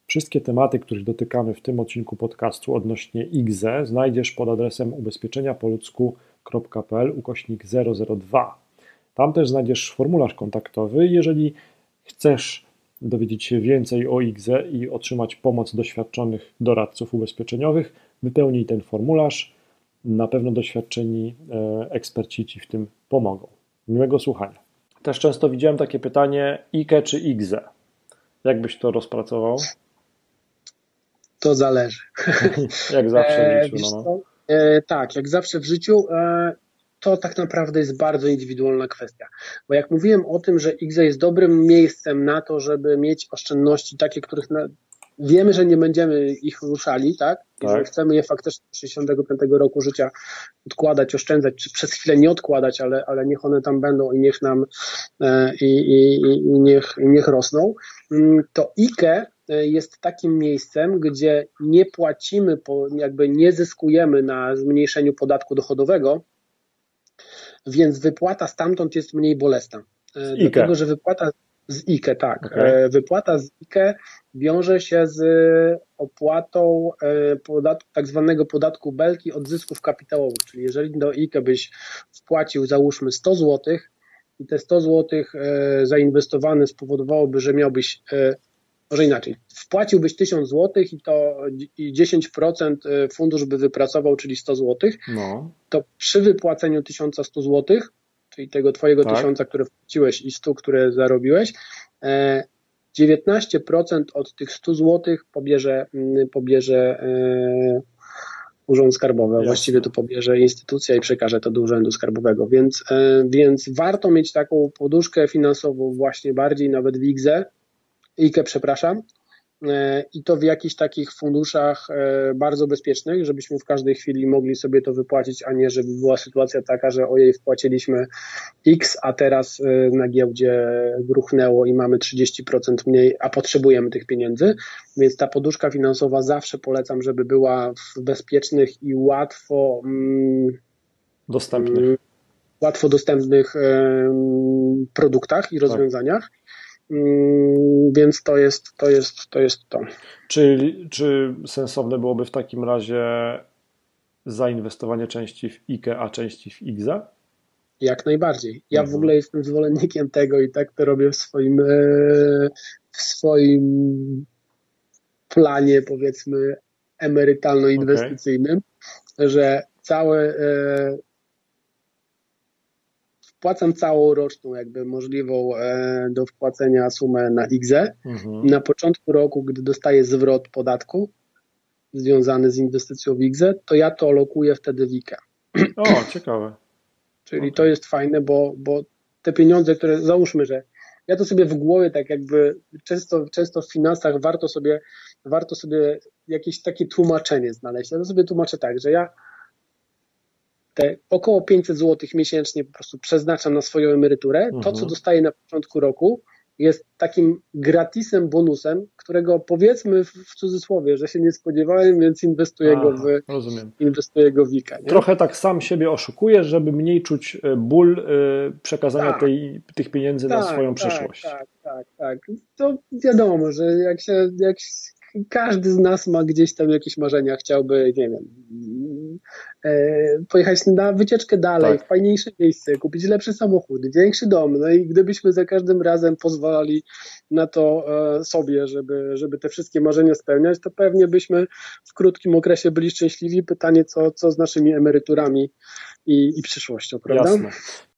Wszystkie tematy, których dotykamy w tym odcinku podcastu odnośnie IGZE znajdziesz pod adresem ubezpieczeniapoludzku.pl/002. Tam też znajdziesz formularz kontaktowy. Jeżeli chcesz dowiedzieć się więcej o IGZE i otrzymać pomoc doświadczonych doradców ubezpieczeniowych, wypełnij ten formularz. Na pewno doświadczeni eksperci Ci w tym pomogą. Miłego słuchania. Też często widziałem takie pytanie: IKE czy IGZE? Jak byś to rozpracował? To zależy. Jak zawsze w życiu. Tak, jak zawsze w życiu, to tak naprawdę jest bardzo indywidualna kwestia. Bo jak mówiłem o tym, że IGZE jest dobrym miejscem na to, żeby mieć oszczędności takie, których wiemy, że nie będziemy ich ruszali, tak? I że chcemy je faktycznie do 65 roku życia odkładać, oszczędzać, czy przez chwilę nie odkładać, ale niech one tam będą i niech nam niech rosną. To IKE jest takim miejscem, gdzie nie płacimy, jakby nie zyskujemy na zmniejszeniu podatku dochodowego, więc wypłata stamtąd jest mniej bolesna. Dlatego, że wypłata z IKE, tak. Okay. Wypłata z IKE wiąże się z opłatą tak zwanego podatku Belki od zysków kapitałowych, czyli jeżeli do IKE byś wpłacił, załóżmy 100 zł i te 100 zł zainwestowane spowodowałoby, że miałbyś, może inaczej, wpłaciłbyś 1000 zł i 10% fundusz by wypracował, czyli 100 zł, to przy wypłaceniu 1100 zł, czyli tego twojego 1000, które wpłaciłeś i 100, które zarobiłeś, 19% od tych 100 zł pobierze Urząd Skarbowy, a właściwie to pobierze instytucja i przekaże to do Urzędu Skarbowego, więc warto mieć taką poduszkę finansową właśnie bardziej nawet w IKE, przepraszam, i to w jakichś takich funduszach bardzo bezpiecznych, żebyśmy w każdej chwili mogli sobie to wypłacić, a nie żeby była sytuacja taka, że ojej, wpłaciliśmy X, a teraz na giełdzie gruchnęło i mamy 30% mniej, a potrzebujemy tych pieniędzy, więc ta poduszka finansowa zawsze polecam, żeby była w bezpiecznych i łatwo dostępnych produktach i rozwiązaniach. Więc to jest to. Czy sensowne byłoby w takim razie zainwestowanie części w IKE, a części w IGZE? Jak najbardziej. Ja w ogóle jestem zwolennikiem tego i tak to robię w swoim planie, powiedzmy, emerytalno-inwestycyjnym, że wpłacam całą roczną jakby możliwą do wpłacenia sumę na IGZE. Na początku roku, gdy dostaję zwrot podatku związany z inwestycją w IGZE, to ja to alokuję wtedy w IKE. O, ciekawe. Czyli to jest fajne, bo te pieniądze, które załóżmy, że ja to sobie w głowie tak jakby często w finansach warto sobie jakieś takie tłumaczenie znaleźć. Ja to sobie tłumaczę tak, że ja te około 500 zł miesięcznie po prostu przeznaczam na swoją emeryturę. To, co dostaję na początku roku, jest takim gratisem, bonusem, którego powiedzmy w cudzysłowie, że się nie spodziewałem, więc inwestuję go w IKE. Nie? Trochę tak sam siebie oszukuję, żeby mniej czuć ból przekazania tych pieniędzy na swoją przyszłość. Tak. To wiadomo, że jak każdy z nas ma gdzieś tam jakieś marzenia, chciałby, nie wiem, pojechać na wycieczkę dalej, w fajniejsze miejsce, kupić lepszy samochód, większy dom, no i gdybyśmy za każdym razem pozwalali na to sobie, żeby te wszystkie marzenia spełniać, to pewnie byśmy w krótkim okresie byli szczęśliwi. Pytanie, co z naszymi emeryturami i przyszłością, prawda? Jasne.